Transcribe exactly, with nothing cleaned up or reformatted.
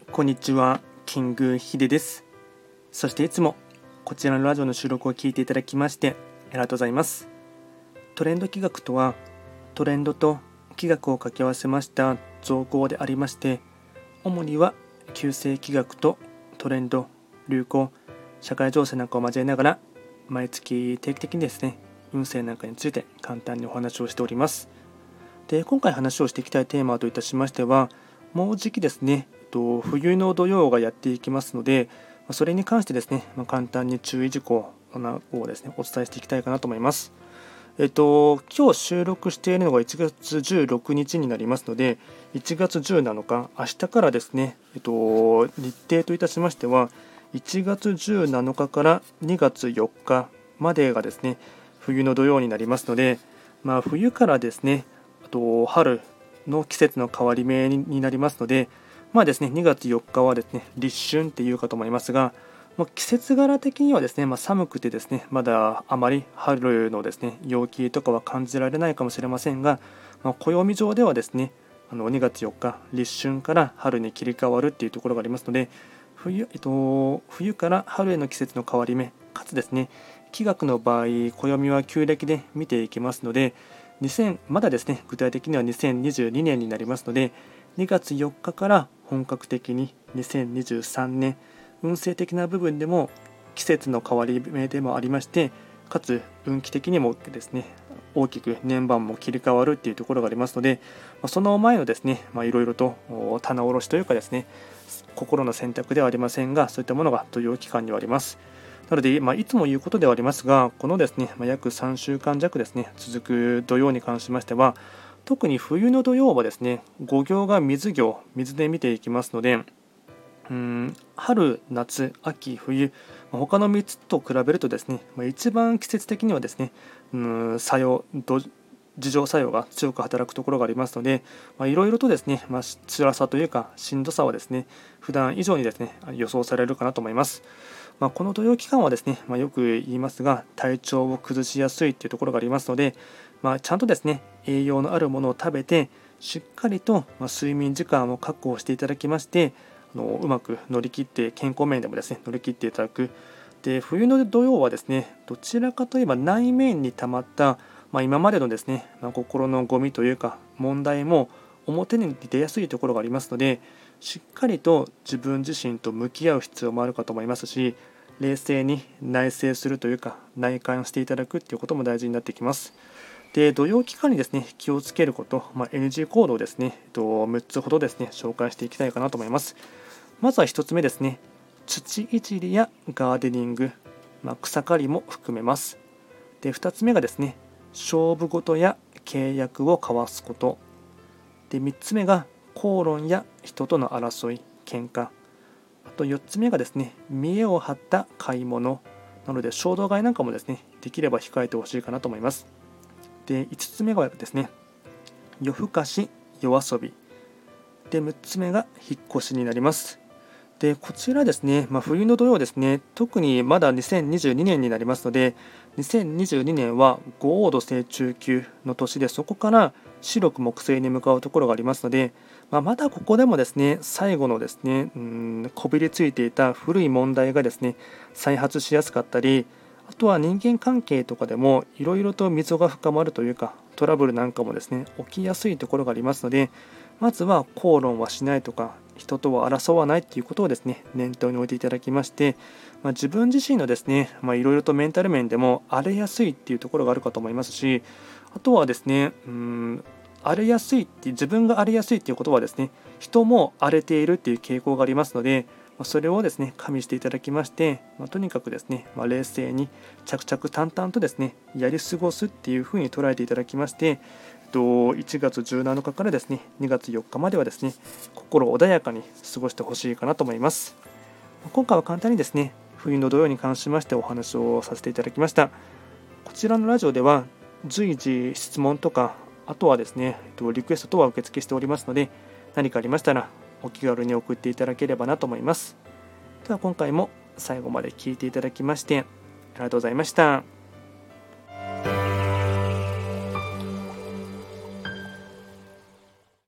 こんにちは、キングヒデです。そしていつもこちらのラジオの収録を聞いていただきましてありがとうございます。トレンド企画とは、トレンドと企画を掛け合わせました造語でありまして、主には旧世企画とトレンド、流行、社会情勢なんかを交えながら、毎月定期的にですね、運勢なんかについて簡単にお話をしております。で、今回話をしていきたいテーマといたしましては、もうじきですね、冬の土曜がやっていきますので、それに関してですね、簡単に注意事項をですね、お伝えしていきたいかなと思います。えっと、今日収録しているのがいちがつじゅうろくにちになりますので、いちがつじゅうなのか、明日からですね、えっと、日程といたしましては、いちがつじゅうなのかからにがつよっかまでがですね、冬の土曜になりますので、まあ、冬からですね、あと春の季節の変わり目になりますので、まあですね、にがつよっかはですね、立春っていうかと思いますが、もう季節柄的にはですね、まあ、寒くてですね、まだあまり春のですね、陽気とかは感じられないかもしれませんが、まあ、暦上ではですね、あのにがつよっか、立春から春に切り替わるっていうところがありますので、冬、えっと、冬から春への季節の変わり目、かつですね、気学の場合、暦は旧暦で見ていきますので、にせんまだですね、具体的にはにせんにじゅうにねんになりますので、にがつよっかから本格的ににせんにじゅうさんねん、運勢的な部分でも季節の変わり目でもありまして、かつ運気的にもですね、大きく年番も切り替わるっていうところがありますので、その前のですね、いろいろと棚卸しというかですね、心の選択ではありませんが、そういったものが土曜期間にはあります。なので、まあ、いつも言うことではありますが、このですね、まあ、約さんしゅうかん弱ですね、続く土曜に関しましては、特に冬の土曜はですね、ご行が水行、水で見ていきますので、うーん春、夏、秋、冬、他のみっつと比べるとですね、一番季節的にはですね、うーん作用、自浄作用が強く働くところがありますので、いろいろとですね、まあ、辛さというか、しんどさはですね、普段以上にですね、予想されるかなと思います。まあ、この土曜期間はですね、まあ、よく言いますが、体調を崩しやすいというところがありますので、まあ、ちゃんとですね、栄養のあるものを食べて、しっかりと睡眠時間を確保していただきまして、あのうまく乗り切って、健康面でもですね、乗り切っていただく。で、冬の土曜はですね、どちらかといえば内面に溜まった、まあ、今までのですね、まあ、心のゴミというか、問題も表に出やすいところがありますので、しっかりと自分自身と向き合う必要もあるかと思いますし、冷静に内省するというか、内観していただくということも大事になってきます。で、土曜期間にですね、気をつけること、まあ、エヌジー 行動をですね、えっと、むっつほどですね、紹介していきたいかなと思います。まずはひとつめですね、土いじりやガーデニング、まあ、草刈りも含めます。で、ふたつめがですね、勝負事や契約を交わすこと。で、みっつめが口論や人との争い、喧嘩。あとよっつめがですね、見栄を張った買い物なので、衝動買いなんかもですね、できれば控えてほしいかなと思います。で、いつつめがですね、夜更かし、夜遊び。で、むっつめが引っ越しになります。で、こちらですね、まあ、冬の土曜ですね、特にまだにせんにじゅうにねんになりますので、にせんにじゅうにねんは五黄土星中級の年で、そこから白く木星に向かうところがありますので、まあ、まだここでもですね、最後のですね、うん、こびりついていた古い問題がですね、再発しやすかったり、あとは人間関係とかでもいろいろと溝が深まるというか、トラブルなんかもですね、起きやすいところがありますので、まずは口論はしないとか、人とは争わないということをですね、念頭に置いていただきまして、まあ、自分自身のですね、まあ、いろいろとメンタル面でも荒れやすいっていうところがあるかと思いますし、あとはですね、うーん荒れやすいって自分が荒れやすいっていうことはですね、人も荒れているっていう傾向がありますので、それをですね加味していただきまして、まあ、とにかくですね、まあ、冷静に着々淡々とですねやり過ごすっていうふうに捉えていただきまして、いちがつじゅうなのかからですねにがつよっかまではですね、心穏やかに過ごしてほしいかなと思います。今回は簡単にですね、冬の土曜に関しましてお話をさせていただきました。こちらのラジオでは随時質問とか、あとはですね、リクエスト等は受付しておりますので、何かありましたらお気軽に送っていただければなと思います。では今回も最後まで聞いていただきましてありがとうございました。